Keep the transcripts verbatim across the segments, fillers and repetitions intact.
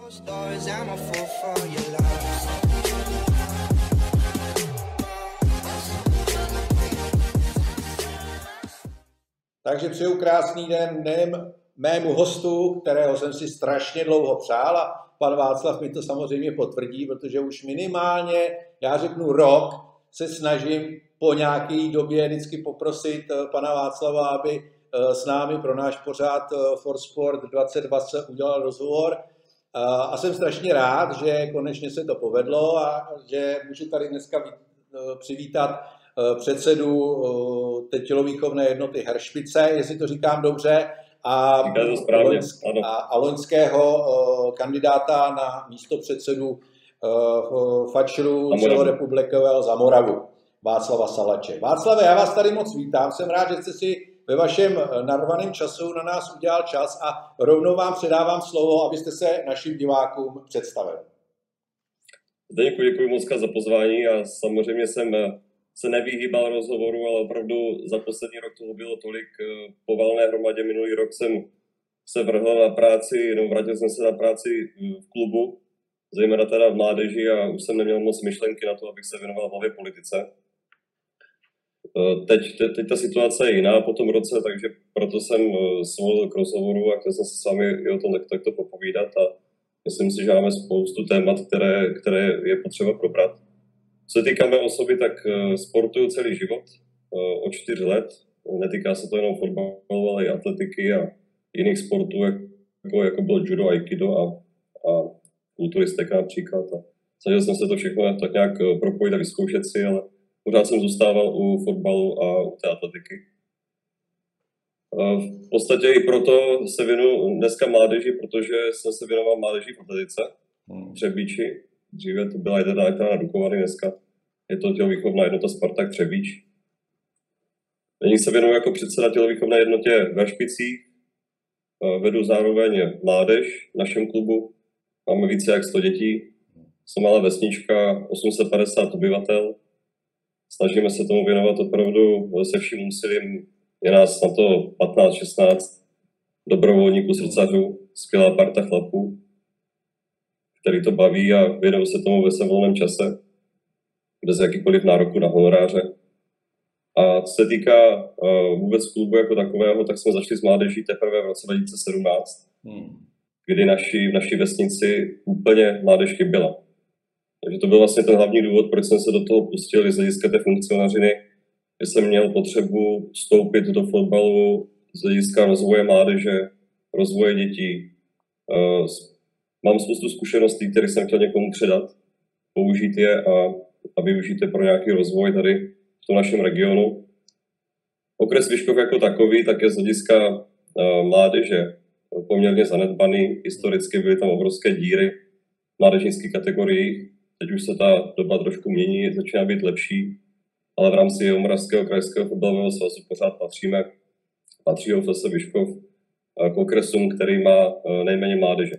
Takže přeju krásný den nejen mému hostu, kterého jsem si strašně dlouho přál, a pan Václav mi to samozřejmě potvrdí, protože už minimálně, já řeknu rok, se snažím po nějaké době vždycky poprosit pana Václava, aby s námi pro náš pořád For Sport dvacet dvacet udělal rozhovor. A jsem strašně rád, že konečně se to povedlo a že můžu tady dneska přivítat předsedu té tělovýchovné jednoty Hršpice, jestli to říkám dobře, a, loňsk, a, a loňského kandidáta na místo předsedu fačru celorepublikového za Moravu, Václava Salače. Václave, já vás tady moc vítám, jsem rád, že jste si ve vašem narvaném času na nás udělal čas a rovnou vám předávám slovo, abyste se našim divákům představil. Zdeňku, děkuji moc za pozvání a samozřejmě jsem se nevyhýbal rozhovoru, ale opravdu za poslední rok toho bylo tolik. Po valné hromadě minulý rok jsem se vrhl na práci, no vrátil jsem se na práci v klubu, zejména teda v mládeži, a už jsem neměl moc myšlenky na to, abych se věnoval hlavě politice. Teď, teď, teď ta situace je jiná po tom roce, takže proto jsem svolil k rozhovoru a chtěl jsem se s vámi i o tom tak, takto popovídat a myslím si, že máme spoustu témat, které, které je potřeba probrat. Co se týká mé osoby, tak sportuju celý život, od čtyř let. Netýká se to jenom fotbalu, ale i atletiky a jiných sportů, jako, jako byl judo, aikido a, a kulturistika například. A snažil jsem se to všechno tak nějak propojit a vyzkoušet si, ale pořád jsem zůstával u fotbalu a u té atletiky. V podstatě i proto se věnuju dneska mládeži, protože jsem se věnoval mládeži v atletice, v Třebíči. Dříve to byla jedna elektrárna Dukovany, dneska je to tělovýchovná jednota Spartak Třebíč. Nyní se věnuju jako předseda tělovýchovné jednotě v Hršpicích. Vedu zároveň mládež v našem klubu. Máme více jak sto dětí. Jsem malá vesnička, osm set padesát obyvatel. Snažíme se tomu věnovat opravdu se vším úsilím. Je nás na to patnáct šestnáct dobrovolníků, srdcařů, skvělá parta chlapů, který to baví a věnují se tomu ve svém volném čase, bez jakýkoliv nároku na honoráře. A co se týká uh, vůbec klubu jako takového, tak jsme začali s mládeží teprve v roce dva tisíce sedmnáct, hmm. kdy naši, v naší vesnici úplně mládež chyběla. Takže to byl vlastně ten hlavní důvod, proč jsem se do toho pustil i z hlediska té funkcionařiny, že jsem měl potřebu vstoupit do fotbalu z hlediska rozvoje mládeže, rozvoje dětí. Uh, Mám spoustu zkušeností, které jsem chtěl někomu předat, použít je a, a využít je pro nějaký rozvoj tady v tom našem regionu. Okres Vyškov jako takový, tak je z hlediska uh, mládeže poměrně zanedbaný. Historicky byly tam obrovské díry v mládežnických kategoriích. Teď už se ta doba trošku mění, začíná být lepší, ale v rámci Jihomoravského krajského fotbalového svazu pořád patříme, patří ho zase Vyškov k okresům, který má uh, nejméně mládeže.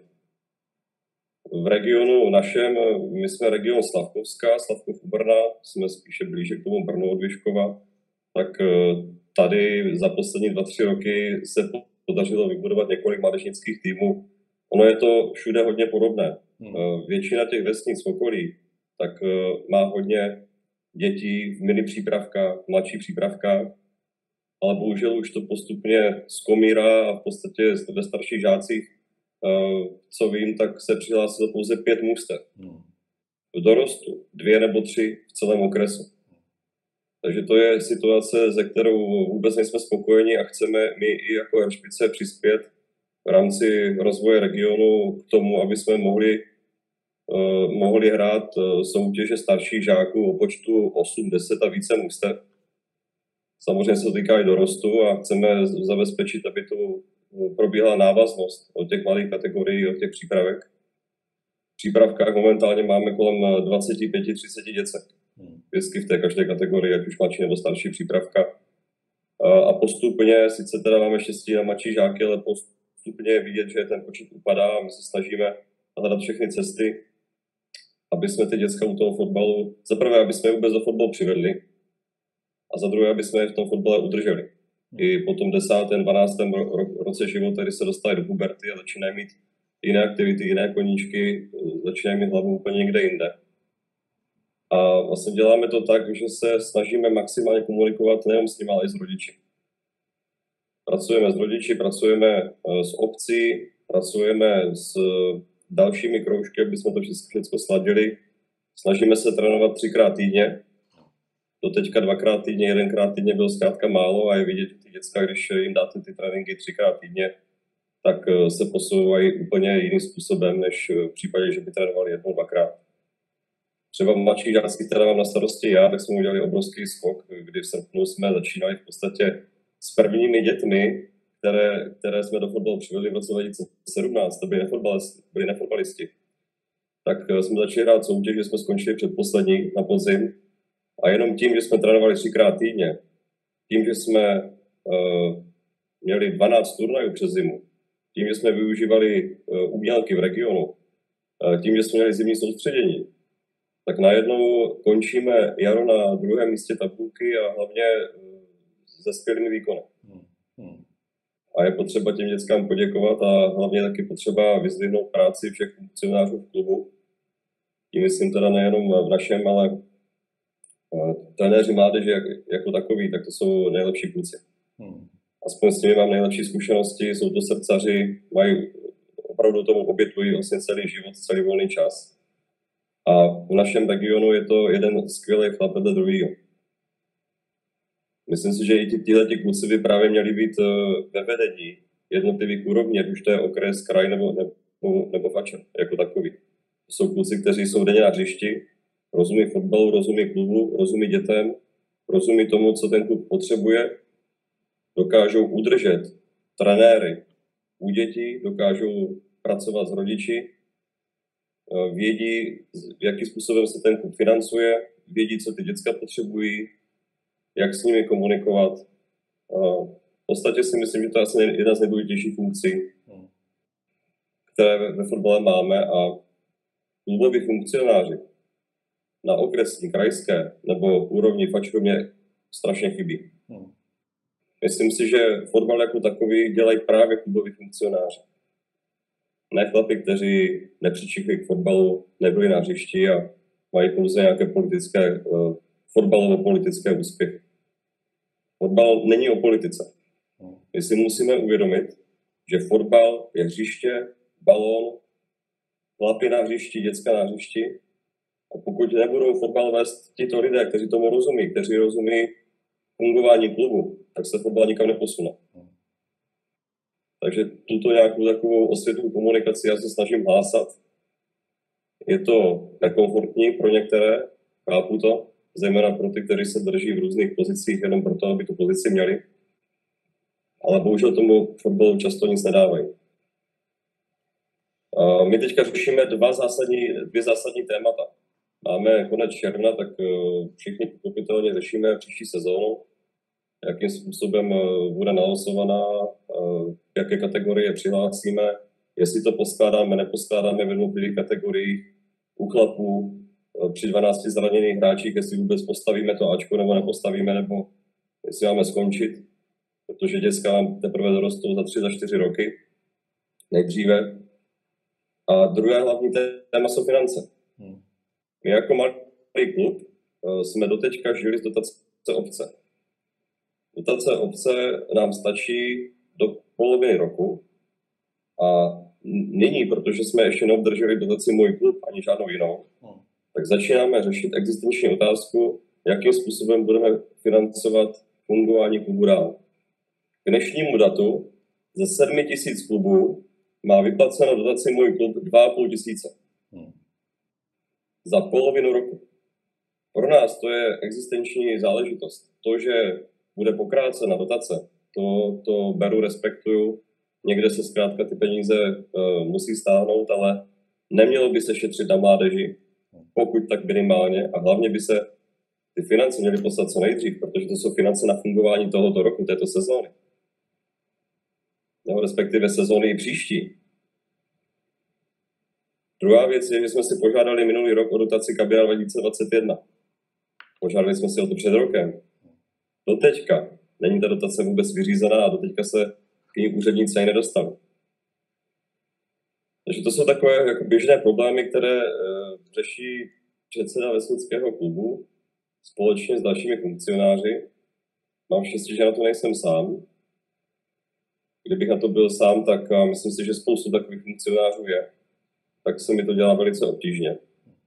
V regionu našem, my jsme region Slavkovská, Slavkov u Brna, jsme spíše blíže k tomu Brnu od Vyškova, tak tady za poslední dva, tři roky se podařilo vybudovat několik mládežnických týmů. Ono je to všude hodně podobné. Hmm. Většina těch vesnic v okolí tak má hodně dětí v mini přípravkách, v mladších přípravkách, ale bohužel už to postupně skomírá a v podstatě ve starších žácích, co vím, tak se přihlásilo pouze pět mužstev. V dorostu dvě nebo tři v celém okresu. Takže to je situace, ze kterou vůbec nejsme spokojeni a chceme my i jako Hršpice přispět v rámci rozvoje regionu k tomu, aby jsme mohli, uh, mohli hrát uh, soutěže starších žáků o počtu osm, deset a více mužstev. Samozřejmě se to týká i dorostu a chceme zabezpečit, aby tu probíhala návaznost od těch malých kategorií, od těch přípravek. V přípravkách momentálně máme kolem dvacet pět třicet děcek. Vždycky v té každé kategorii, ať už mladší nebo starší přípravka. A postupně, sice teda máme štěstí na mladší žáky, ale postupně je vidět, že ten počet upadá a my se snažíme hledat všechny cesty, aby jsme ty děcka u toho fotbalu, za prvé, aby jsme je vůbec do fotbalu přivedli a za druhé, aby jsme je v tom fotbale udrželi. I po tom desátém, dvanáctém roce života, kdy se dostali do puberty a začínají mít jiné aktivity, jiné koníčky, začínají mít hlavu úplně někde jinde. A vlastně děláme to tak, že se snažíme maximálně komunikovat nejen s nimi, ale i s rodiči. Pracujeme s rodiči, pracujeme s obcí, pracujeme s dalšími kroužky, aby jsme to všechno sladili. Snažíme se trénovat třikrát týdně. Do teďka dvakrát týdně, jedenkrát týdně bylo zkrátka málo a je vidět, že ty děcka, když jim dáte ty tréninky třikrát týdně, tak se posouvají úplně jiným způsobem, než v případě, že by trénovali jednou, dvakrát. Třeba mladší žácky, které mám na starosti já, tak jsme udělali obrovský skok, kdy v srpnu jsme začínali v podstatě s prvními dětmi, které, které jsme do fotbalu přivedli v roce dva tisíce sedmnáct, to byli nefotbalisti, byli nefotbalisti. Tak jsme začali hrát soutěž, že jsme skončili předposlední na podzim. A jenom tím, že jsme trénovali třikrát týdně, tím, že jsme uh, měli dvanáct turnajů přes zimu, tím, že jsme využívali uh, umělky v regionu, uh, tím, že jsme měli zimní soustředění, tak najednou končíme jaro na druhém místě tabulky a hlavně uh, se skvělými výkony. A je potřeba těm dětskám poděkovat a hlavně taky potřeba vyzdvihnout práci všech funkcionářů v klubu. Tím myslím teda nejenom v našem, ale trenéři mládeže jako takový, tak to jsou nejlepší kluci. Hmm. Aspoň s nimi mám nejlepší zkušenosti, jsou to srdcaři, mají opravdu tomu obětují vlastně celý život, celý volný čas. A v našem regionu je to jeden skvělý chlap vedle druhýho. Myslím si, že i tihleti kluci by právě měli být ve vedení jednotlivých úrovní, ať už to je okres, kraj nebo, nebo, nebo fačer jako takový. To jsou kluci, kteří jsou denně na hřišti, rozumí fotbalu, rozumí klubu, rozumí dětem, rozumí tomu, co ten klub potřebuje, dokážou udržet trenéry u dětí, dokážou pracovat s rodiči, vědí, jakým způsobem se ten klub financuje, vědí, co ty děcka potřebují, jak s nimi komunikovat. V podstatě si myslím, že to je asi jedna z nejdůležitějších funkcí, které ve fotbale máme a kluboví funkcionáři na okresní, krajské nebo úrovni fačru mě strašně chybí. Hmm. Myslím si, že fotbal jako takový dělají právě kluboví funkcionáři. Ne chlapi, kteří nepřičíchají k fotbalu, nebyli na hřišti a mají pouze nějaké politické, uh, fotbalovo-politické úspěchy. Fotbal není o politice. Hmm. My si musíme uvědomit, že fotbal je hřiště, balón, chlapi na hřišti, děcka na hřišti. A pokud nebudou fotbal vést tito lidé, kteří tomu rozumí, kteří rozumí fungování klubu, tak se fotbal nikam neposune. Takže tuto nějakou takovou osvětovou komunikaci já se snažím hlásat. Je to nekomfortní pro některé, chápu to, zejména pro ty, kteří se drží v různých pozicích jenom proto, aby tu pozici měli. Ale bohužel tomu fotbalu často nic nedávají. A my teďka řešíme dva zásadní, dvě zásadní témata. Máme konec června, tak všichni pochopitelně řešíme příští sezónu, jakým způsobem bude nalosovaná, jaké kategorie přihlásíme, jestli to poskládáme, neposkládáme v jednotlivých kategoriích u chlapů, při dvanácti zraněných hráčích, jestli vůbec postavíme to Ačko nebo nepostavíme, nebo jestli máme skončit, protože děcka teprve dorostou za tři, za čtyři roky, nejdříve. A druhé hlavní téma jsou finance. Hmm. My jako malý klub jsme doteďka žili z dotace obce. Dotace obce nám stačí do poloviny roku a nyní, protože jsme ještě neobdrželi dotaci Můj klub ani žádnou jinou, tak začínáme řešit existenční otázku, jakým způsobem budeme financovat fungování klubu dál. K dnešnímu datu ze sedmi tisíc klubů má vyplaceno dotaci Můj klub dva a půl tisíce. Hmm. Za polovinu roku. Pro nás to je existenční záležitost. To, že bude pokrácena dotace, to, to beru, respektuju. Někde se zkrátka ty peníze uh, musí stáhnout, ale nemělo by se šetřit na mládeži, pokud tak minimálně. A hlavně by se ty finance měly poslat co nejdřív, protože to jsou finance na fungování tohoto roku, této sezóny. Nebo respektive sezóny i příští. Druhá věc je, že jsme si požádali minulý rok o dotaci Kabina dva tisíce dvacet jedna. Požádali jsme si o to před rokem. Doteďka není ta dotace vůbec vyřízená a doteďka se k ní úředníci ani nedostali. Takže to jsou takové jako běžné problémy, které e, řeší předseda vesnického klubu společně s dalšími funkcionáři. Mám štěstí, že na to nejsem sám. Kdybych na to byl sám, tak a myslím si, že spoustu takových funkcionářů je. Tak se mi to dělá velice obtížně.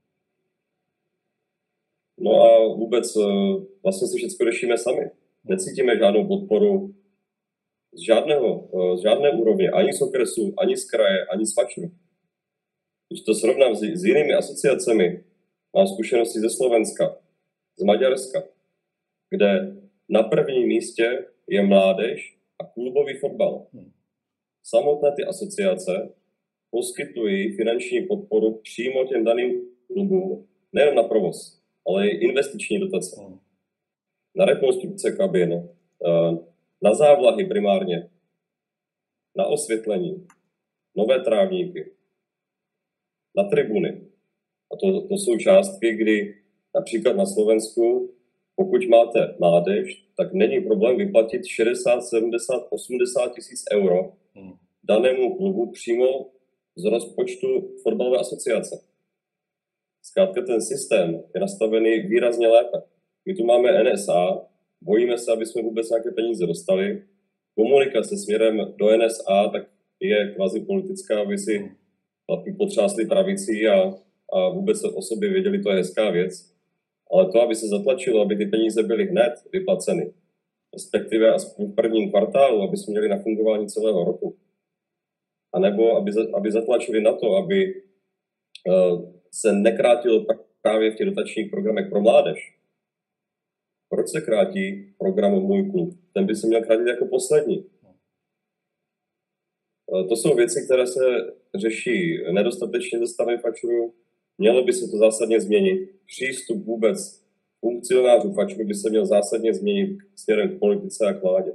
No a vůbec vlastně si všechno řešíme sami. Necítíme žádnou podporu z žádného, z žádné úrovně, ani z okresu, ani z kraje, ani z fačru. Když to srovnám s, s jinými asociacemi, mám zkušenosti ze Slovenska, z Maďarska, kde na prvním místě je mládež a klubový fotbal. Samotné ty asociace poskytují finanční podporu přímo těm daným klubům, nejen na provoz, ale i investiční dotace. Na rekonstrukce kabin, na závlahy primárně, na osvětlení, nové trávníky, na tribuny. A to, to jsou částky, kdy například na Slovensku, pokud máte mládež, tak není problém vyplatit šedesát, sedmdesát, osmdesát tisíc euro danému klubu přímo z rozpočtu fotbalové asociace. Zkrátka ten systém je nastavený výrazně lépe. My tu máme N S A, bojíme se, aby jsme vůbec nějaké peníze dostali. Komunikace směrem do N S A tak je kvazi politická, aby si chlapi potřásli pravicí a, a vůbec o sobě věděli, to je hezká věc. Ale to, aby se zatlačilo, aby ty peníze byly hned vyplaceny, respektive aspoň v prvním kvartálu, aby jsme měli na fungování celého roku. A nebo aby, aby zatlačili na to, aby uh, se nekrátilo právě v těch dotačních programech pro mládež. Proč se krátí program Můj klub? Ten by se měl krátit jako poslední. Uh, to jsou věci, které se řeší nedostatečně ze strany fačru. Mělo by se to zásadně změnit. Přístup vůbec funkcionářů fačru by se měl zásadně změnit směrem k politice a k vládě.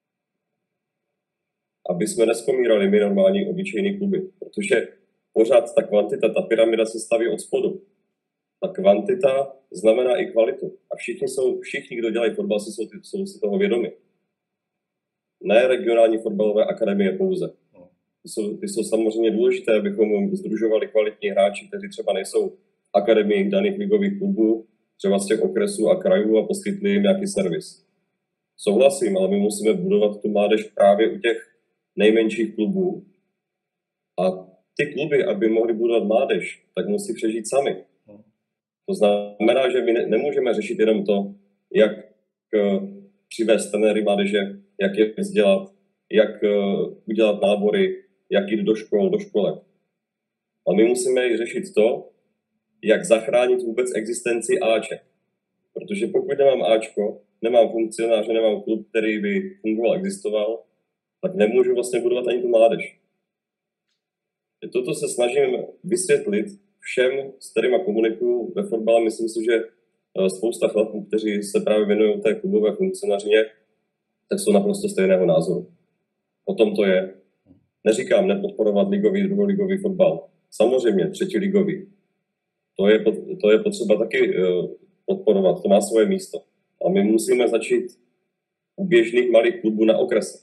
Aby jsme neskomírali my normální obyčejní kluby, protože pořád ta kvantita, ta pyramida se staví od spodu. Ta kvantita znamená i kvalitu. A všichni, jsou, všichni kdo dělají fotbal, jsou, jsou si toho vědomi. Ne regionální fotbalové akademie pouze. Ty jsou, ty jsou samozřejmě důležité, abychom sdružovali kvalitní hráči, kteří třeba nejsou v akademii daných ligových klubů, třeba z těch okresů a krajů a poskytli jim nějaký servis. Souhlasím, ale my musíme budovat tu mládež právě u těch nejmenších klubů. A ty kluby, aby mohly budovat mládež, tak musí přežít sami. To znamená, že my ne, nemůžeme řešit jenom to, jak uh, přivést trenéry mládeže, jak je vzdělat, jak uh, udělat nábory, jak jít do škol, do školek. Ale my musíme i řešit to, jak zachránit vůbec existenci Aček. Protože pokud nemám Ačko, nemám funkcionáře, nemám klub, který by fungoval, existoval, tak nemůžu vlastně budovat ani tu mládež. Toto se snažím vysvětlit všem, s kterýma komunikuju ve fotbale. Myslím si, že spousta chlapů, kteří se právě věnují té klubové funkcionařině, tak jsou naprosto stejného názoru. O tom to je. Neříkám nepodporovat ligový, druholigový fotbal. Samozřejmě třetí ligový. To je, to je potřeba taky podporovat, to má svoje místo. A my musíme začít u běžných malých klubů na okrese.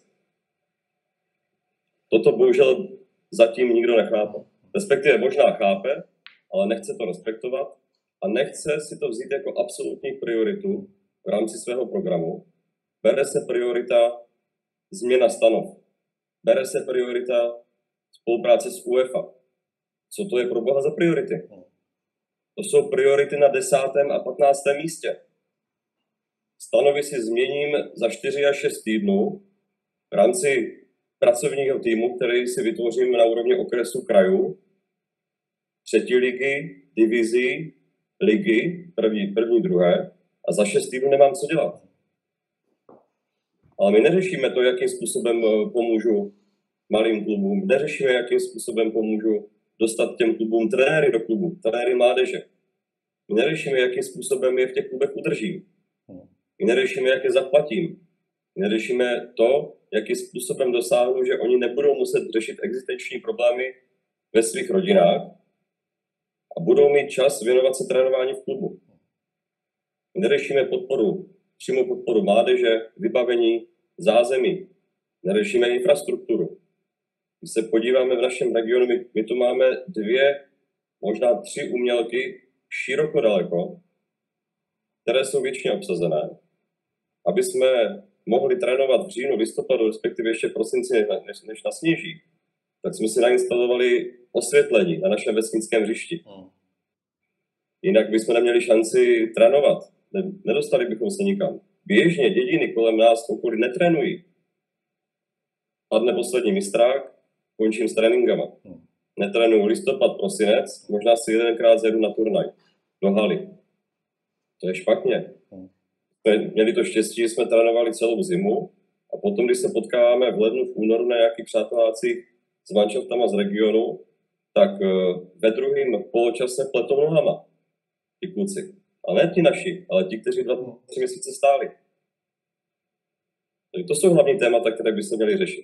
Toto bohužel zatím nikdo nechápe. Respektive možná chápe, ale nechce to respektovat a nechce si to vzít jako absolutní prioritu v rámci svého programu. Bere se priorita změna stanov. Bere se priorita spolupráce s UEFA. Co to je pro Boha za priority? To jsou priority na desátém a patnáctém místě. Stanovy si změním za čtyři až šest týdnů v rámci pracovního týmu, který si vytvořím na úrovni okresu krajů, třetí ligy, divizí, ligy, první, první, druhé, a za šest týdnů nemám co dělat. Ale my neřešíme to, jakým způsobem pomůžu malým klubům, neřešíme, jakým způsobem pomůžu dostat těm klubům trenéry do klubu, trenéry mládeže. My neřešíme, jakým způsobem je v těch klubech udržím. My neřešíme, jak je zaplatím. My neřešíme to, jakým způsobem dosáhnu, že oni nebudou muset řešit existenční problémy ve svých rodinách a budou mít čas věnovat se trénování v klubu. My neřešíme podporu, přímou podporu mládeže, vybavení, zázemí. Neřešíme infrastrukturu. Když se podíváme v našem regionu, my, my tu máme dvě, možná tři umělky široko daleko, které jsou většině obsazené. Aby jsme mohli trénovat v říjnu, listopadu, respektive ještě v prosinci, než, než nasněží, tak jsme si nainstalovali osvětlení na našem vesnickém hřišti. Jinak bychom neměli šanci trénovat. Nedostali bychom se nikam. Běžně dědiny kolem nás okolí netrénují. Padne poslední mistrák, končím s tréninkama. Netrénuju listopad, prosinec, možná si jedenkrát zjedu na turnaj do haly. To je špatně. Jsme měli to štěstí, že jsme trénovali celou zimu a potom, když se potkáváme v lednu, v únoru na nějakých přátelácích s manšaftama z regionu, tak ve druhém poločase pletou nohama ti kluci. Ale ne ti naši, ale ti, kteří dva, tři měsíce stáli. Takže to jsou hlavní témata, které by se měly řešit.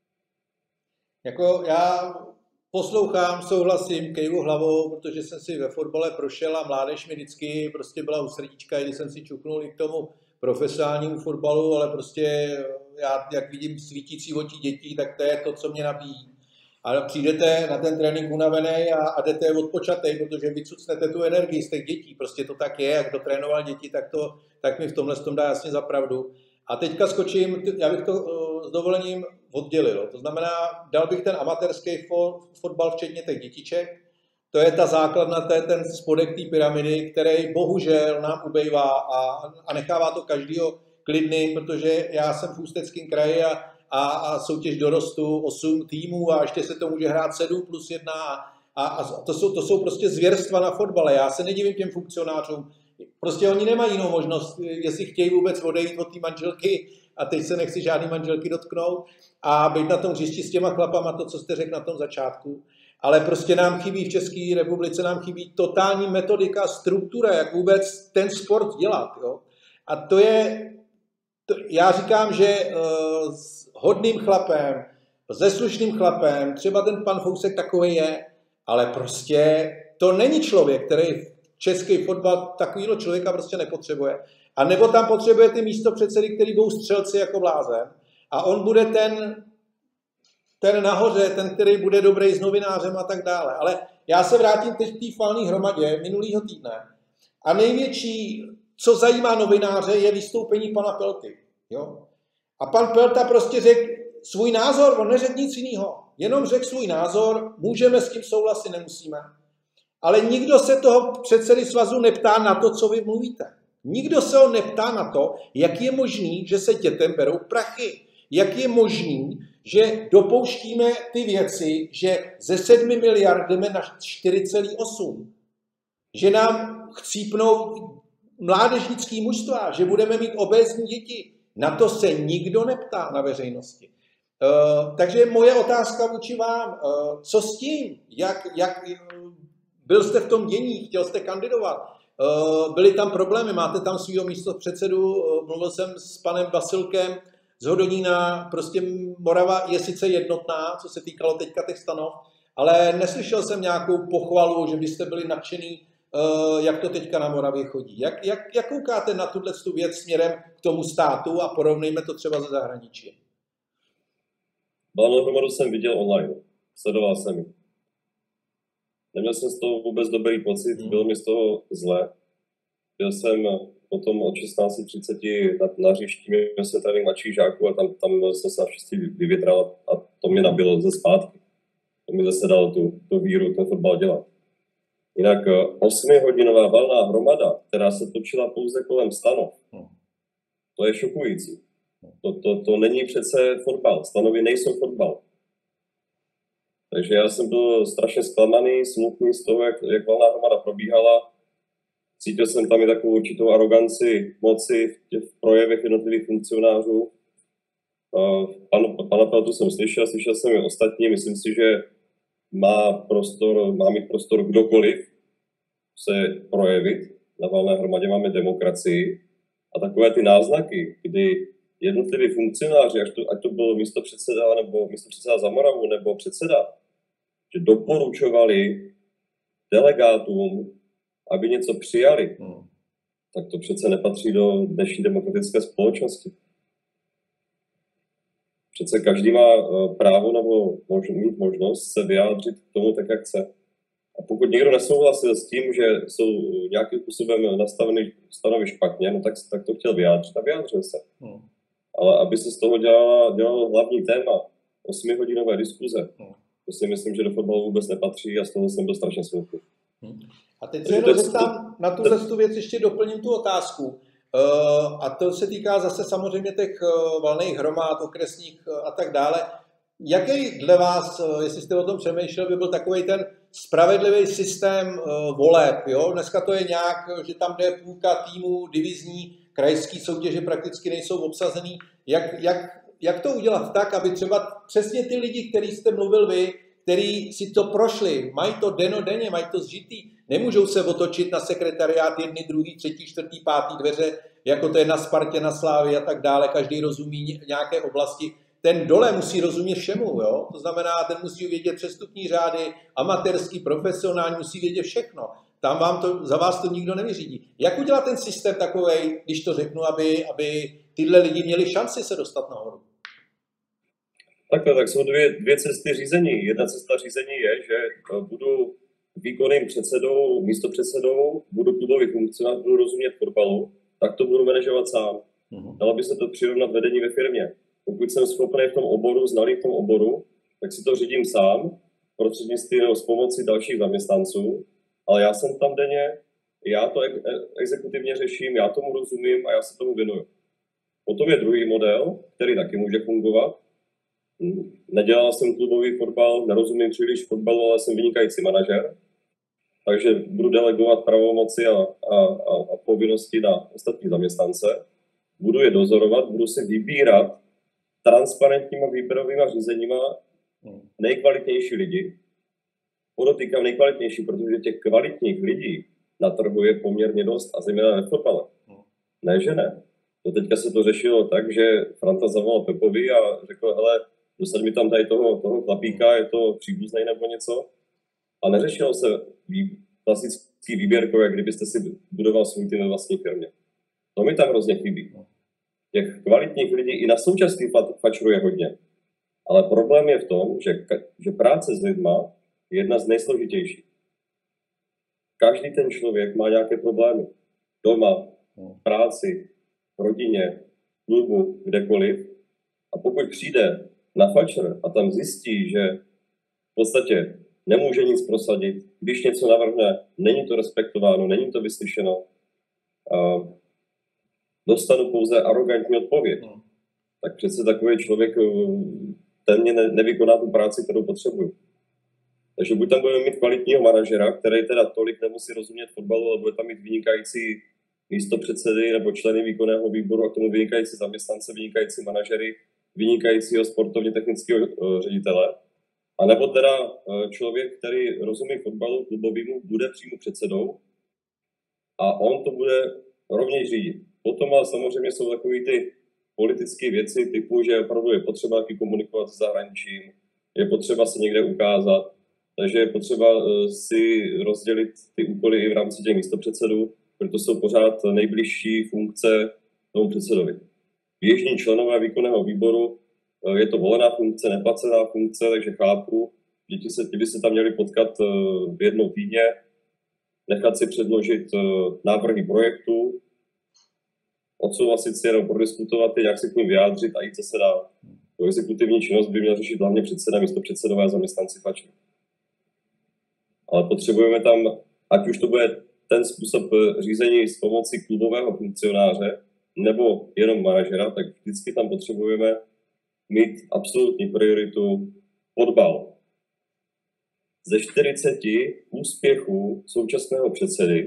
Jako já poslouchám, souhlasím, kejvu hlavou, protože jsem si ve fotbale prošel a mládež mi vždycky prostě byla u srdíčka, když jsem si čuknul i k tomu profesionálnímu fotbalu, ale prostě já, jak vidím svítící oči dětí, tak to je to, co mě nabíjí. A přijdete na ten trénink unavený a, a jdete odpočatej, protože vycucnete tu energii z těch dětí. Prostě to tak je, jak kdo trénoval děti, tak, to, tak mi v tomhle tom dá jasně za pravdu. A teďka skočím, já bych to uh, s dovolením oddělil. To znamená, dal bych ten amatérský fotbal, včetně těch dětiček. To je ta základna, to je ten spodek té pyramidy, který bohužel nám ubejvá a, a nechává to každýho klidný, protože já jsem v Ústeckém kraji a, a, a soutěž dorostu osm týmů a ještě se to může hrát sedm plus jedna a, a to, jsou, to jsou prostě zvěrstva na fotbale. Já se nedivím těm funkcionářům. Prostě oni nemají jinou možnost, jestli chtějí vůbec odejít od té manželky a teď se nechci žádný manželky dotknout a být na tom hřišti s těma chlapama, to, co jste řekl na tom začátku. Ale prostě nám chybí v České republice, nám chybí totální metodika, struktura, jak vůbec ten sport dělat. Jo? A to je, to, já říkám, že uh, s hodným chlapem, se slušným chlapem, třeba ten pan Fousek takový je, ale prostě to není člověk, který český fotbal takovýhle člověka prostě nepotřebuje. A nebo tam potřebuje ty místopředsedy, který budou střelci jako blázen. A on bude ten, ten nahoře, ten, který bude dobrý s novinářem a tak dále. Ale já se vrátím teď k té falné hromadě minulýho týdne. A největší, co zajímá novináře, je vystoupení pana Pelty. Jo? A pan Pelta prostě řekl svůj názor, on neřekl nic jiného. Jenom řekl svůj názor, můžeme s tím souhlasit, nemusíme. Ale nikdo se toho předsedy svazu neptá na to, co vy mluvíte. Nikdo se ho neptá na to, jak je možný, že se dětem berou prachy. Jak je možný, že dopouštíme ty věci, že ze sedmi miliard jdeme na čtyři celá osm. Že nám chcípnou mládežnický mužstva, že budeme mít obézní děti. Na to se nikdo neptá na veřejnosti. Uh, takže moje otázka vůči vám, uh, co s tím? Jak... jak Byl jste v tom dění, chtěl jste kandidovat, byly tam problémy, máte tam svýho místopředsedu, mluvil jsem s panem Vasilkem z Hodonína, prostě Morava je sice jednotná, co se týkalo teďka těch stanov, ale neslyšel jsem nějakou pochvalu, že byste byli nadšený, jak to teďka na Moravě chodí. Jak, jak, jak koukáte na tuhle věc směrem k tomu státu a porovnejme to třeba ze zahraničí? Valnou hromadu jsem viděl online, sledoval jsem ji. Neměl jsem z toho vůbec dobrý pocit, hmm. bylo mi z toho zle. Byl jsem potom od šestnáct třicet na, na hřišti, měl jsem trénink mladších žáků a tam, tam jsem se naštěstí vyvětral a to mě nabilo ze zpátky. To mi zase dalo tu, tu víru, ten fotbal dělat. Jinak osmihodinová valná hromada, která se točila pouze kolem stanov, hmm. to je šokující. To, to, to není přece fotbal, stanovy nejsou fotbal. Takže já jsem byl strašně zklamaný, smutný z toho, jak, jak valná hromada probíhala. Cítil jsem tam i takovou určitou aroganci moci v, těch, v projevech jednotlivých funkcionářů. Pan, pana Peltu jsem slyšel, slyšel jsem i ostatní. Myslím si, že má, prostor, má mít prostor kdokoliv se projevit. Na valné hromadě máme demokracii. A takové ty náznaky, kdy jednotliví funkcionáři, ať to, ať to byl místopředseda nebo místopředseda za Moravu nebo předseda, že doporučovali delegátům, aby něco přijali, hmm. tak to přece nepatří do dnešní demokratické společnosti. Přece každý má právo nebo mož, mít možnost se vyjádřit k tomu tak, jak chce. A pokud někdo nesouhlasil s tím, že jsou nějakým způsobem nastaveny stanovy špatně, no tak, tak to chtěl vyjádřit a vyjádřil se. Hmm. Ale aby se z toho dělalo, dělalo hlavní téma osmihodinové diskuze, hmm. to si myslím, že do fotbalu vůbec nepatří a z toho jsem byl strašně smutný. Hmm. A teď se jenom zeptám, na tu tu věc ještě doplním tu otázku. Uh, a to se týká zase samozřejmě těch uh, valných hromad, okresních uh, a tak dále. Jaký dle vás, uh, jestli jste o tom přemýšlel, by byl takový ten spravedlivý systém uh, voleb? Jo? Dneska to je nějak, že tam jde půlka týmu divizní, krajský soutěže prakticky nejsou obsazený. Jak, jak, jak to udělat tak, aby třeba přesně ty lidi, který jste mluvil vy, který si to prošli, mají to denodenně, mají to zžitý, nemůžou se otočit na sekretariát jedny, druhý, třetí, čtvrtý, pátý dveře, jako to je na Spartě, na Slávii a tak dále, každý rozumí nějaké oblasti. Ten dole musí rozumět všemu, jo? To znamená, ten musí vědět přestupní řády, amatérský, profesionální, musí vědět všechno. Tam vám to, za vás to nikdo nevyřídí. Jak udělat ten systém takovej, když to řeknu, aby, aby tyhle lidi měli šanci se dostat nahoru? Takhle, tak jsou dvě, dvě cesty řízení. Jedna cesta řízení je, že budu výkonným předsedou, místopředsedou, budu klubový funkcionář, budu rozumět fotbalu, tak to budu manažovat sám. Mm-hmm. Dalo by se to přirovnat vedení ve firmě. Pokud jsem schopný v tom oboru, znalý v tom oboru, tak si to řídím sám, prostřednictvím nebo s pomocí dalších zaměstnanců, ale já jsem tam denně, já to ex- exekutivně řeším, já tomu rozumím a já se tomu věnuju. Potom je druhý model, který taky může fungovat. Nedělal jsem klubový fotbal, nerozumím příliš fotbalu, ale jsem vynikající manažer, takže budu delegovat pravomoci a, a, a, a povinnosti na ostatní zaměstnance. Budu je dozorovat, budu si vybírat transparentníma výběrovýma řízeníma nejkvalitnější lidi. Podotýkám nejkvalitnější, protože těch kvalitních lidí na trhu je poměrně dost a zejména ve fotbale. Ne, že ne. To teďka se to řešilo tak, že Franta zavolal Pepovi a řekl, hele, dostat mi tam tady toho, toho chlapíka, je to příbuznej nebo něco. A neřešilo se vý, klasický výběrko, jak kdybyste si budoval svůj tým ve vlastní firmě. To mi tam hrozně chybí. Těch kvalitních lidí i na současný fačru je hodně. Ale problém je v tom, že, že práce s lidma je jedna z nejsložitějších. Každý ten člověk má nějaké problémy. Doma, v práci, v rodině, v klubu, kdekoliv. A pokud přijde na fačr a tam zjistí, že v podstatě nemůže nic prosadit, když něco navrhne, není to respektováno, není to vyslyšeno, a dostanu pouze arrogantní odpověď, hmm. tak přece takový člověk, ten mě ne, nevykoná tu práci, kterou potřebuju. Takže buď tam budeme mít kvalitního manažera, který teda tolik nemusí rozumět fotbalu, ale bude tam mít vynikající místopředsedy nebo členy výkonného výboru a k tomu vynikající zaměstnance, vynikající manažery, vynikajícího sportovně technického uh, ředitele. A nebo teda uh, člověk, který rozumí fotbalu klubovýmu, bude přímo předsedou a on to bude rovněž řídit. Potom ale samozřejmě jsou takové ty politické věci typu, že opravdu je potřeba taky komunikovat s zahraničím, je potřeba se někde ukázat, takže je potřeba uh, si rozdělit ty úkoly i v rámci těch místopředsedů, protože to jsou pořád nejbližší funkce tomu předsedovi. Běžní členové výkonného výboru, je to volená funkce, neplacená funkce, takže chápu, že ti, se, ti by se tam měli potkat v jednou týdně, nechat si předložit návrhy projektů, odsouhlasit si jenom prodiskutovat, nějak se k ním vyjádřit a jít, co se dá. Tu exekutivní činnost by měl řešit hlavně předseda, místopředsedové a zaměstnanci fačry. Ale potřebujeme tam, ať už to bude ten způsob řízení s pomocí klubového funkcionáře, nebo jenom manažera, tak vždycky tam potřebujeme mít absolutní prioritu fotbal. Ze čtyřiceti úspěchů současného předsedy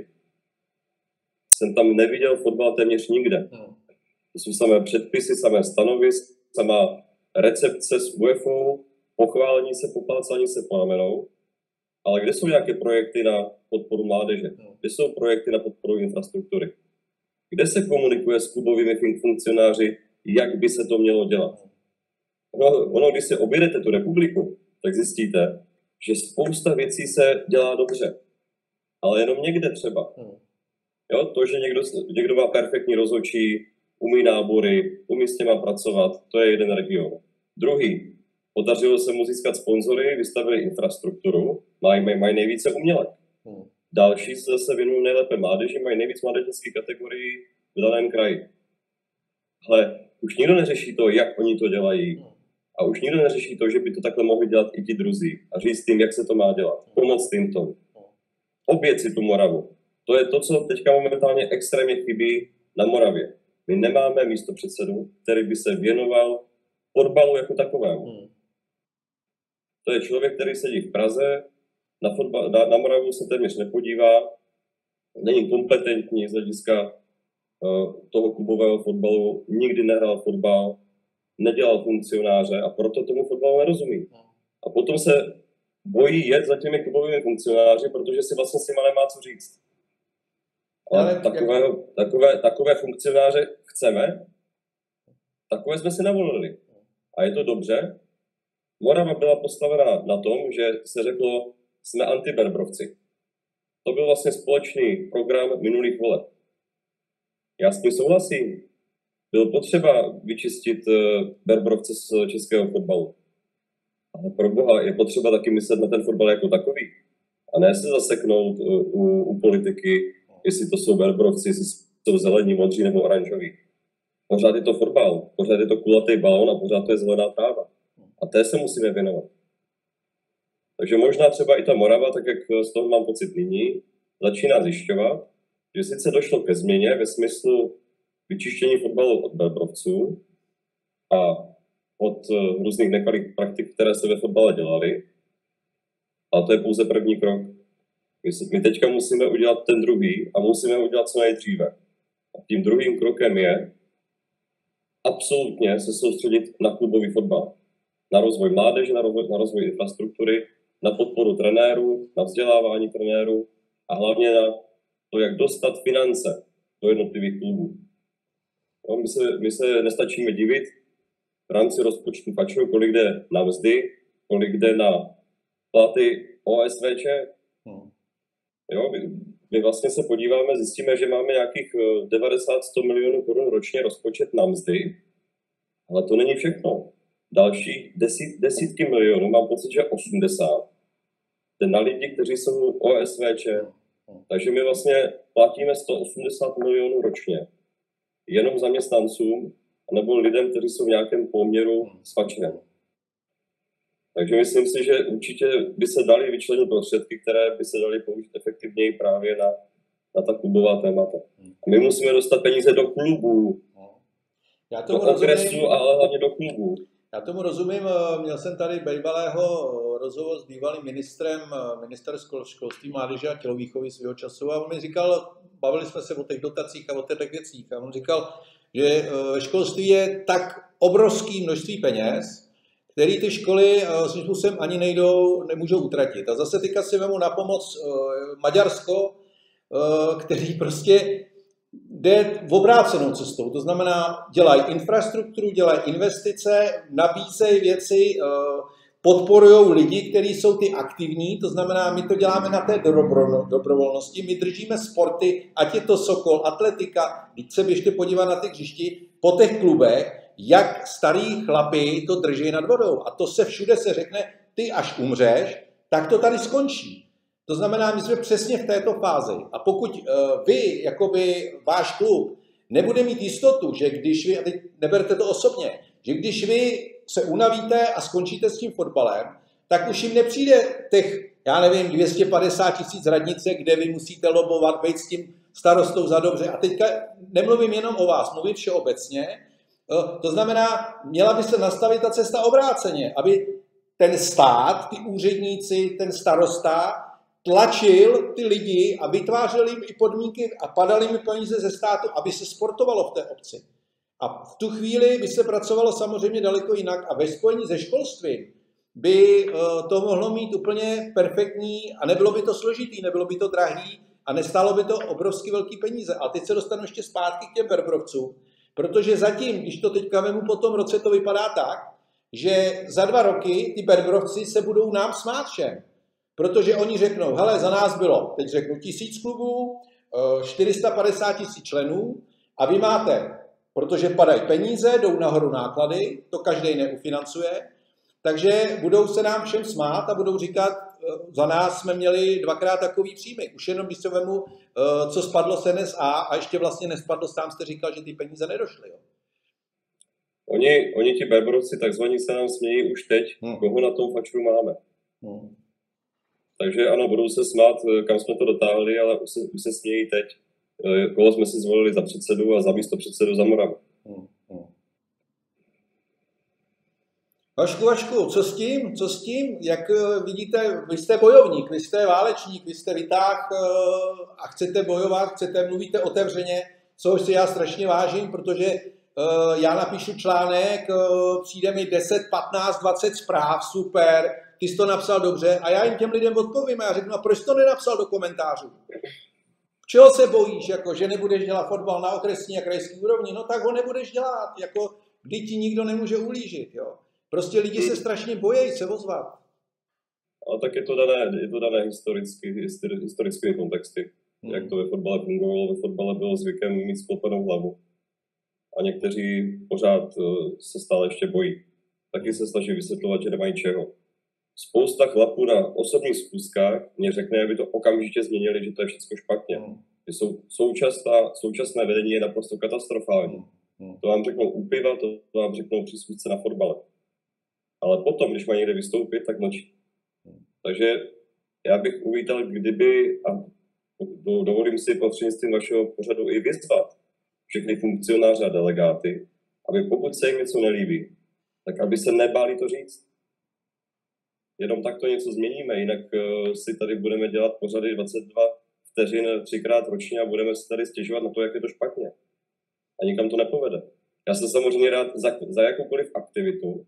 jsem tam neviděl fotbal téměř nikde. To jsou samé předpisy, samé stanoviska, samá recepce s UEFA, pochválení se, poplácání se po ramenou. Ale kde jsou nějaké projekty na podporu mládeže? Kde jsou projekty na podporu infrastruktury? Kde se komunikuje s klubovými funkcionáři, jak by se to mělo dělat? No, ono, když si objedete tu republiku, tak zjistíte, že spousta věcí se dělá dobře. Ale jenom někde třeba. Jo, to, že někdo, někdo má perfektní rozhodčí, umí nábory, umí s těma pracovat, to je jeden region. Druhý, podařilo se mu získat sponzory, vystavili infrastrukturu, mají, mají, mají nejvíce umělek. Hmm. Další se zase věnují nejlépe mládeži, mají nejvíc mládežnických kategorií v daném kraji. Ale už nikdo neřeší to, jak oni to dělají. A už nikdo neřeší to, že by to takhle mohli dělat i ti druzí. A říct jim, jak se to má dělat. Pomoct jim tomu. Obět si tu Moravu. To je to, co teďka momentálně extrémně chybí na Moravě. My nemáme místopředsedu, který by se věnoval fotbalu jako takovému. Hmm. To je člověk, který sedí v Praze, na, fotbal, na, na Moravu se téměř nepodívá, není kompetentní z hlediska uh, toho klubového fotbalu, nikdy nehrál fotbal, nedělal funkcionáře a proto tomu fotbalu nerozumí. A potom se bojí jet za těmi klubovými funkcionáři, protože si vlastně s nima nemá co říct. Ale, Ale takové, jak... takové, takové funkcionáře chceme, takové jsme si navolili. A je to dobře. Morava byla postavena na tom, že se řeklo, jsme antiberbrovci. To byl vlastně společný program minulých voleb. Já s tím souhlasím. Bylo potřeba vyčistit berbrovce z českého fotbalu. Ale pro boha je potřeba taky myslet na ten fotbal jako takový. A ne se zaseknout u, u politiky, jestli to jsou berbrovci, jestli jsou zelení, modří nebo oranžoví. Pořád je to fotbal, pořád je to kulatý balón a pořád to je zelená tráva. A té se musíme věnovat. Takže možná třeba i ta Morava, tak jak z toho mám pocit nyní, začíná zjišťovat, že sice došlo ke změně ve smyslu vyčištění fotbalu od berbrovců a od různých nekalých praktik, které se ve fotbale dělaly, ale to je pouze první krok. My teďka musíme udělat ten druhý a musíme udělat co nejdříve. A tím druhým krokem je absolutně se soustředit na klubový fotbal. Na rozvoj mládeže, na rozvoj, na rozvoj infrastruktury, na podporu trenérů, na vzdělávání trenérů a hlavně na to, jak dostat finance do jednotlivých klubů. No, my, se, my se nestačíme divit v rámci rozpočtu Fačo, kolik jde na mzdy, kolik jde na platy O S V Č. Hmm. Jo, my, my vlastně se podíváme, zjistíme, že máme nějakých devadesát až sto milionů korun ročně rozpočet na mzdy, ale to není všechno. Další desít, desítky milionů, mám pocit, že osmdesát, jde na lidi, kteří jsou O S V Č. Takže my vlastně platíme sto osmdesát milionů ročně jenom zaměstnancům nebo lidem, kteří jsou v nějakém poměru s Fačem. Takže myslím si, že určitě by se daly vyčlenit prostředky, které by se daly použít efektivněji právě na, na ta klubová témata. A my musíme dostat peníze do klubů, Já tomu do okresu, ale hlavně do klubů. Já tomu rozumím, měl jsem tady bývalého rozhovor s bývalým ministrem, minister školství, mládeže a tělovýchovy svého času a on mi říkal, bavili jsme se o těch dotacích a o těch věcích a on říkal, že ve školství je tak obrovské množství peněz, který ty školy svým způsobem ani nejdou, nemůžou utratit. A zase teďka si vemu na pomoc Maďarsko, který prostě jde v obrácenou cestou. To znamená, dělají infrastrukturu, dělají investice, nabízejí věci, podporují lidi, kteří jsou ty aktivní. To znamená, my to děláme na té dobrovolnosti. My držíme sporty, ať je to Sokol, atletika, teď se běžte podívat na ty hřišti, po těch klubech, jak starý chlapi to drží nad vodou. A to se všude se řekne, ty až umřeš, tak to tady skončí. To znamená, my jsme přesně v této fázi. A pokud uh, vy, jakoby váš klub, nebude mít jistotu, že když vy, a teď neberte to osobně, že když vy se unavíte a skončíte s tím fotbalem, tak už jim nepřijde těch, já nevím, dvě stě padesát tisíc radnice, kde vy musíte lobovat, být s tím starostou za dobře. A teďka nemluvím jenom o vás, mluvím všeobecně. Uh, to znamená, měla by se nastavit ta cesta obráceně, aby ten stát, ty úředníci, ten starosta, tlačil ty lidi a vytvářel jim i podmínky a padaly jim peníze ze státu, aby se sportovalo v té obci. A v tu chvíli by se pracovalo samozřejmě daleko jinak a ve spojení se školstvím by to mohlo mít úplně perfektní a nebylo by to složitý, nebylo by to drahý a nestálo by to obrovsky velký peníze. A teď se dostanu ještě zpátky k těm berbrovcům, protože zatím, když to teďka vemu po tom roce, to vypadá tak, že za dva roky ty berbrovci se budou nám smát všem. Protože oni řeknou, hele, za nás bylo, teď řeknu, tisíc klubů, čtyři sta padesát tisíc členů a vy máte protože padají peníze, jdou nahoru náklady, to každý neufinancuje, takže budou se nám všem smát a budou říkat, za nás jsme měli dvakrát takový příjmy. Už jenom když se vemu, co spadlo z N S A a ještě vlastně nespadlo, sám jste říkal, že ty peníze nedošly. Jo? Oni, oni ti Berberovci takzvaní se nám smějí už teď, hmm. koho na tom fačru máme. Hmm. Takže ano, budou se smát, kam jsme to dotáhli, ale už se, už se smějí teď. Koho jsme si zvolili za předsedu a za místo předsedu za Moravu. Hmm. Hmm. Vašku, Vašku, co s tím? Co s tím? Jak vidíte, vy jste bojovník, vy jste válečník, vy jste vytáh a chcete bojovat, chcete, mluvíte otevřeně, což si já strašně vážím, protože já napíšu článek, přijde mi deset, patnáct, dvacet zpráv, super, ty jsi to napsal dobře a já jim těm lidem odpovím a já řeknu, a proč jsi to nenapsal do komentářů? Čeho se bojíš, jako, že nebudeš dělat fotbal na okresní a krajský úrovni? No tak ho nebudeš dělat, jako, kdy ti nikdo nemůže ulížit, jo. Prostě lidi se strašně bojí se ozvat. Ale tak je to dané, je to dané historicky, historickými kontexty. Hmm. Jak to ve fotbale fungovalo, ve fotbale bylo zvykem mít sklopenou hlavu. A někteří pořád se stále ještě bojí. Taky se snaží vysvětlovat, že nemají čeho. Spousta chlapů na osobních schůzkách mě řekne, aby to okamžitě změnili, že to je všechno špatně. Hmm. Že sou, současná, současné vedení je naprosto katastrofální. Hmm. To vám řeknou u piva, to, to vám řeknou při schůzce na fotbale. Ale potom, když mají někde vystoupit, tak mlčí. Hmm. Takže já bych uvítal, kdyby, a dovolím si prostřednictvím vašeho pořadu i vyzvat všechny funkcionáře a delegáty, aby pokud se jim něco nelíbí, tak aby se nebáli to říct. Jenom takto něco změníme, jinak uh, si tady budeme dělat pořady dvacet dva vteřin třikrát ročně a budeme se tady stěžovat na to, jak je to špatně. A nikam to nepovede. Já jsem samozřejmě rád za, za jakoukoliv aktivitu,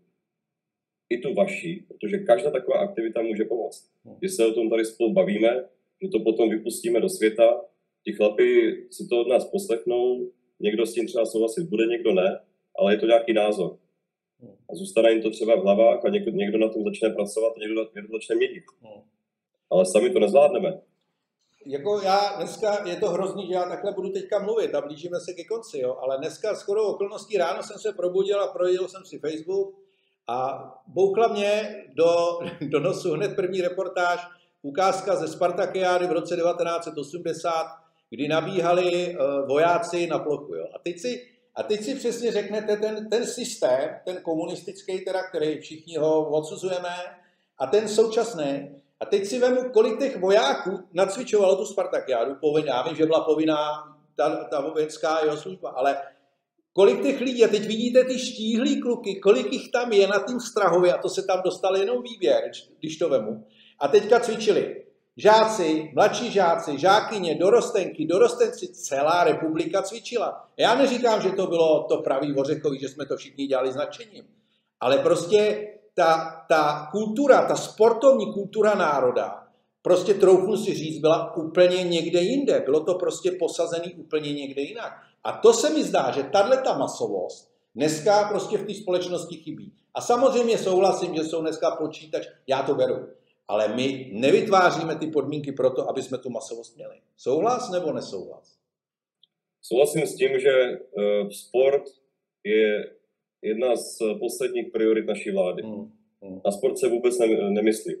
i tu vaší, protože každá taková aktivita může pomoct. Když se o tom tady spolu bavíme, že to potom vypustíme do světa, ti chlapi si to od nás poslechnou, někdo s tím třeba souhlasit bude, někdo ne, ale je to nějaký názor. A zůstane jim to třeba v hlavách a někdo, někdo na tom začne pracovat a někdo, někdo začne měnit. Ale sami to nezvládneme. Jako já dneska, je to hrozný, že já takhle budu teďka mluvit a blížíme se ke konci, jo, ale dneska shodou okolností ráno jsem se probudil a projel jsem si Facebook a bouchla mě do, do nosu hned první reportáž, ukázka ze Spartakiády v roce devatenáct set osmdesát, kdy nabíhali uh, vojáci na plochu. Jo. A, teď si, a teď si přesně řeknete ten, ten systém, ten komunistický, teda, který všichni ho odsuzujeme, a ten současný. A teď si vemu, kolik těch vojáků nacvičovalo tu Spartakiádu. Já vím, že byla povinná ta, ta vojenská jeho služba, ale kolik těch lidí, a teď vidíte ty štíhlý kluky, kolik jich tam je na tým Strahově, a to se tam dostal jenom výběr, když to vemu. A teďka cvičili žáci, mladší žáci, žákyně, dorostenky, dorostenci, celá republika cvičila. Já neříkám, že to bylo to pravý ořechový, že jsme to všichni dělali s nadšením, ale prostě ta, ta kultura, ta sportovní kultura národa, prostě troufnu si říct, byla úplně někde jinde. Bylo to prostě posazený úplně někde jinak. A to se mi zdá, že tato masovost dneska prostě v té společnosti chybí. A samozřejmě souhlasím, že jsou dneska počítač, já to beru. Ale my nevytváříme ty podmínky pro to, aby jsme tu masovost měli. Souhlas nebo nesouhlas? Souhlasím s tím, že uh, sport je jedna z posledních priorit naší vlády. Hmm. Hmm. Na sport se vůbec ne, nemyslí.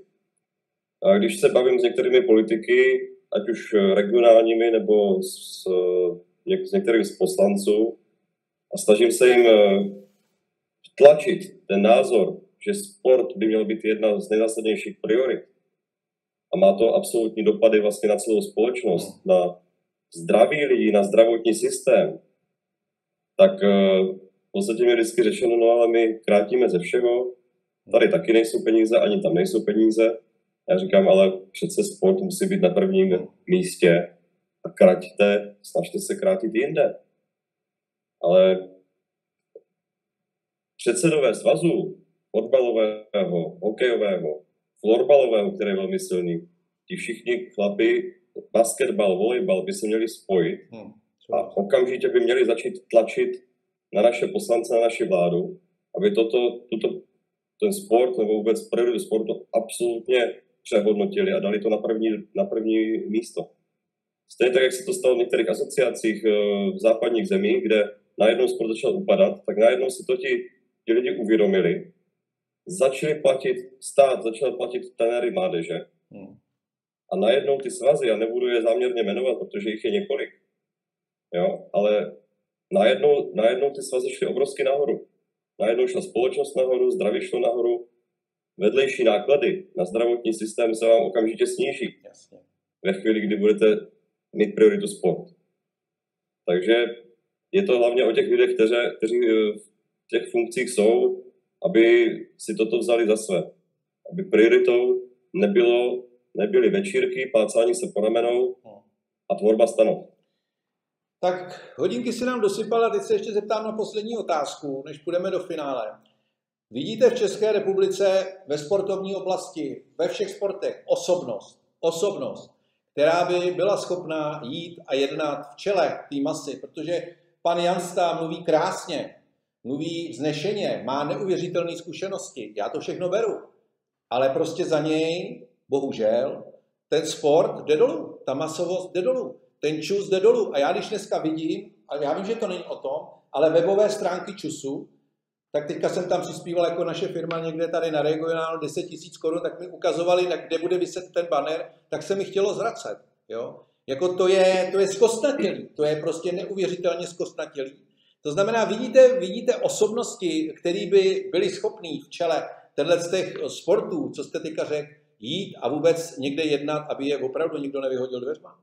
A když se bavím s některými politiky, ať už regionálními nebo s, s některými z poslanců, a snažím se jim tlačit ten názor, že sport by měl být jedna z nejzásadnějších priorit. A má to absolutní dopady vlastně na celou společnost, na zdraví lidí, na zdravotní systém. Tak v podstatě mi vždycky řečeno, no ale my krátíme ze všeho, tady taky nejsou peníze, ani tam nejsou peníze. Já říkám, ale přece sport musí být na prvním místě a kraťte, snažte se krátit jinde. Ale předsedové svazu, fotbalového, hokejového, florbalového, který je velmi silný, ti všichni chlapi, basketbal, volejbal by se měli spojit a okamžitě by měli začít tlačit na naše poslance, na naši vládu, aby toto, tuto, ten sport nebo vůbec prioritu sportu absolutně přehodnotili a dali to na první, na první místo. Stejně tak, jak se to stalo v některých asociacích v západních zemích, kde najednou sport začal upadat, tak najednou si to ti, ti lidi uvědomili, začali platit, stát začal platit trenéry mládeže hmm. a najednou ty svazy, já nebudu je záměrně jmenovat, protože jich je několik, jo, ale najednou, najednou ty svazy šly obrovsky nahoru. Najednou šla společnost nahoru, zdraví šlo nahoru, vedlejší náklady na zdravotní systém se vám okamžitě sníží. Jasně. Ve chvíli, kdy budete mít prioritu sport. Takže je to hlavně o těch lidech, kteří, kteří v těch funkcích jsou, aby si toto vzali za své. Aby prioritou nebylo, nebyly večírky, plácání se po ramenou a tvorba stanov. Tak hodinky si nám dosypala, teď se ještě zeptám na poslední otázku, než půjdeme do finále. Vidíte v České republice ve sportovní oblasti, ve všech sportech, osobnost, osobnost, která by byla schopná jít a jednat v čele té masy, protože pan Jansta mluví krásně, mluví vznešeně, má neuvěřitelné zkušenosti, já to všechno beru, ale prostě za něj, bohužel, ten sport jde dolů, ta masovost jde dolů, ten čus jde dolů. A já když dneska vidím, a já vím, že to není o tom, ale webové stránky čusu, tak teďka jsem tam přispíval jako naše firma někde tady na regionálu deset tisíc korun, tak mi ukazovali, kde bude vyset ten banner, tak se mi chtělo zvracet. Jo? Jako to je, to je zkostnatělý, to je prostě neuvěřitelně zkostnatělý. To znamená, vidíte, vidíte osobnosti, které by byly schopné v čele tenhle z těch sportů, co jste teďka řekl, jít a vůbec někde jednat, aby je opravdu nikdo nevyhodil dveřma?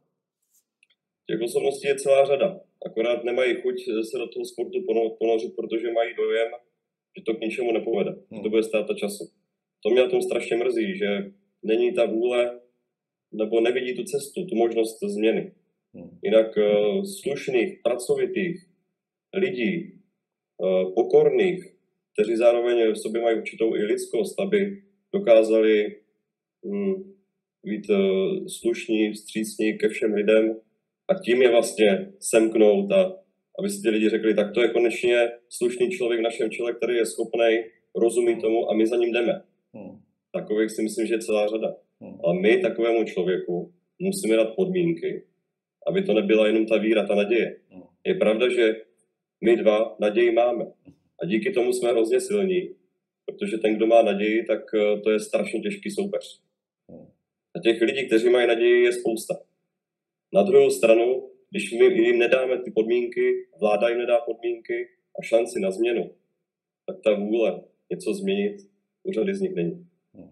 Těch osobností je celá řada. Akorát nemají chuť se do toho sportu ponořit, protože mají dojem, že to k ničemu nepovede. Hmm. To bude ztráta času. To mě na tom strašně mrzí, že není ta vůle, nebo nevidí tu cestu, tu možnost změny. Hmm. Jinak uh, slušných, pracovitých lidí, uh, pokorných, kteří zároveň v sobě mají určitou i lidskost, aby dokázali um, být uh, slušní, vstřícní ke všem lidem a tím je vlastně semknout a aby si ti lidi řekli, tak to je konečně slušný člověk v našem čele, který je schopný, rozumí tomu a my za ním jdeme. Hmm. Takových si myslím, že je celá řada. Hmm. Ale my takovému člověku musíme dát podmínky, aby to nebyla jenom ta víra, ta naděje. Hmm. Je pravda, že my dva naději máme. A díky tomu jsme hrozně silní, protože ten, kdo má naději, tak to je strašně těžký soupeř. Hmm. A těch lidí, kteří mají naději, je spousta. Na druhou stranu, když my jim nedáme ty podmínky, vláda jim nedá podmínky a šanci na změnu, tak ta vůle něco změnit u řady z nich není.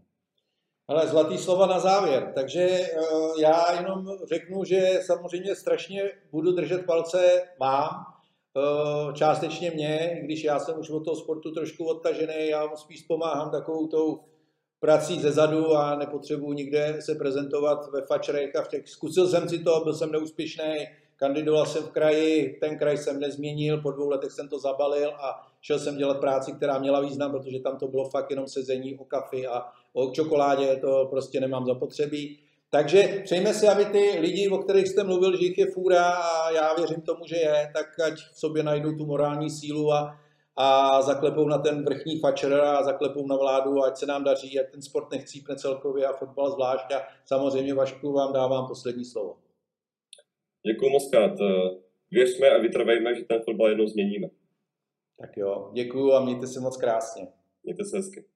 Ale zlatý slova na závěr. Takže uh, já jenom řeknu, že samozřejmě strašně budu držet palce vám, uh, částečně mě, když já jsem už od toho sportu trošku odtažený, já mu spíš pomáhám takovou tou prací ze zadu a nepotřebuji nikde se prezentovat ve fačrech a v těch. Zkusil jsem si to, byl jsem neúspěšný, kandidoval jsem v kraji, ten kraj jsem nezměnil, po dvou letech jsem to zabalil a šel jsem dělat práci, která měla význam, protože tam to bylo fakt jenom sezení o kafi a o čokoládě, to prostě nemám zapotřebí. Takže přejme si, aby ty lidi, o kterých jste mluvil, že jich je fůra a já věřím tomu, že je, tak ať v sobě najdou tu morální sílu a, a zaklepou na ten vrchní fačer a zaklepou na vládu, ať se nám daří, ať ten sport nechcípne celkově a fotbal zvlášť. A samozřejmě, Vašku, vám dávám poslední slovo. Děkuji moc krát. Věřme a vytrvejme, že ten fotbal jednou změníme. Tak jo, děkuju a mějte se moc krásně. Mějte se hezky.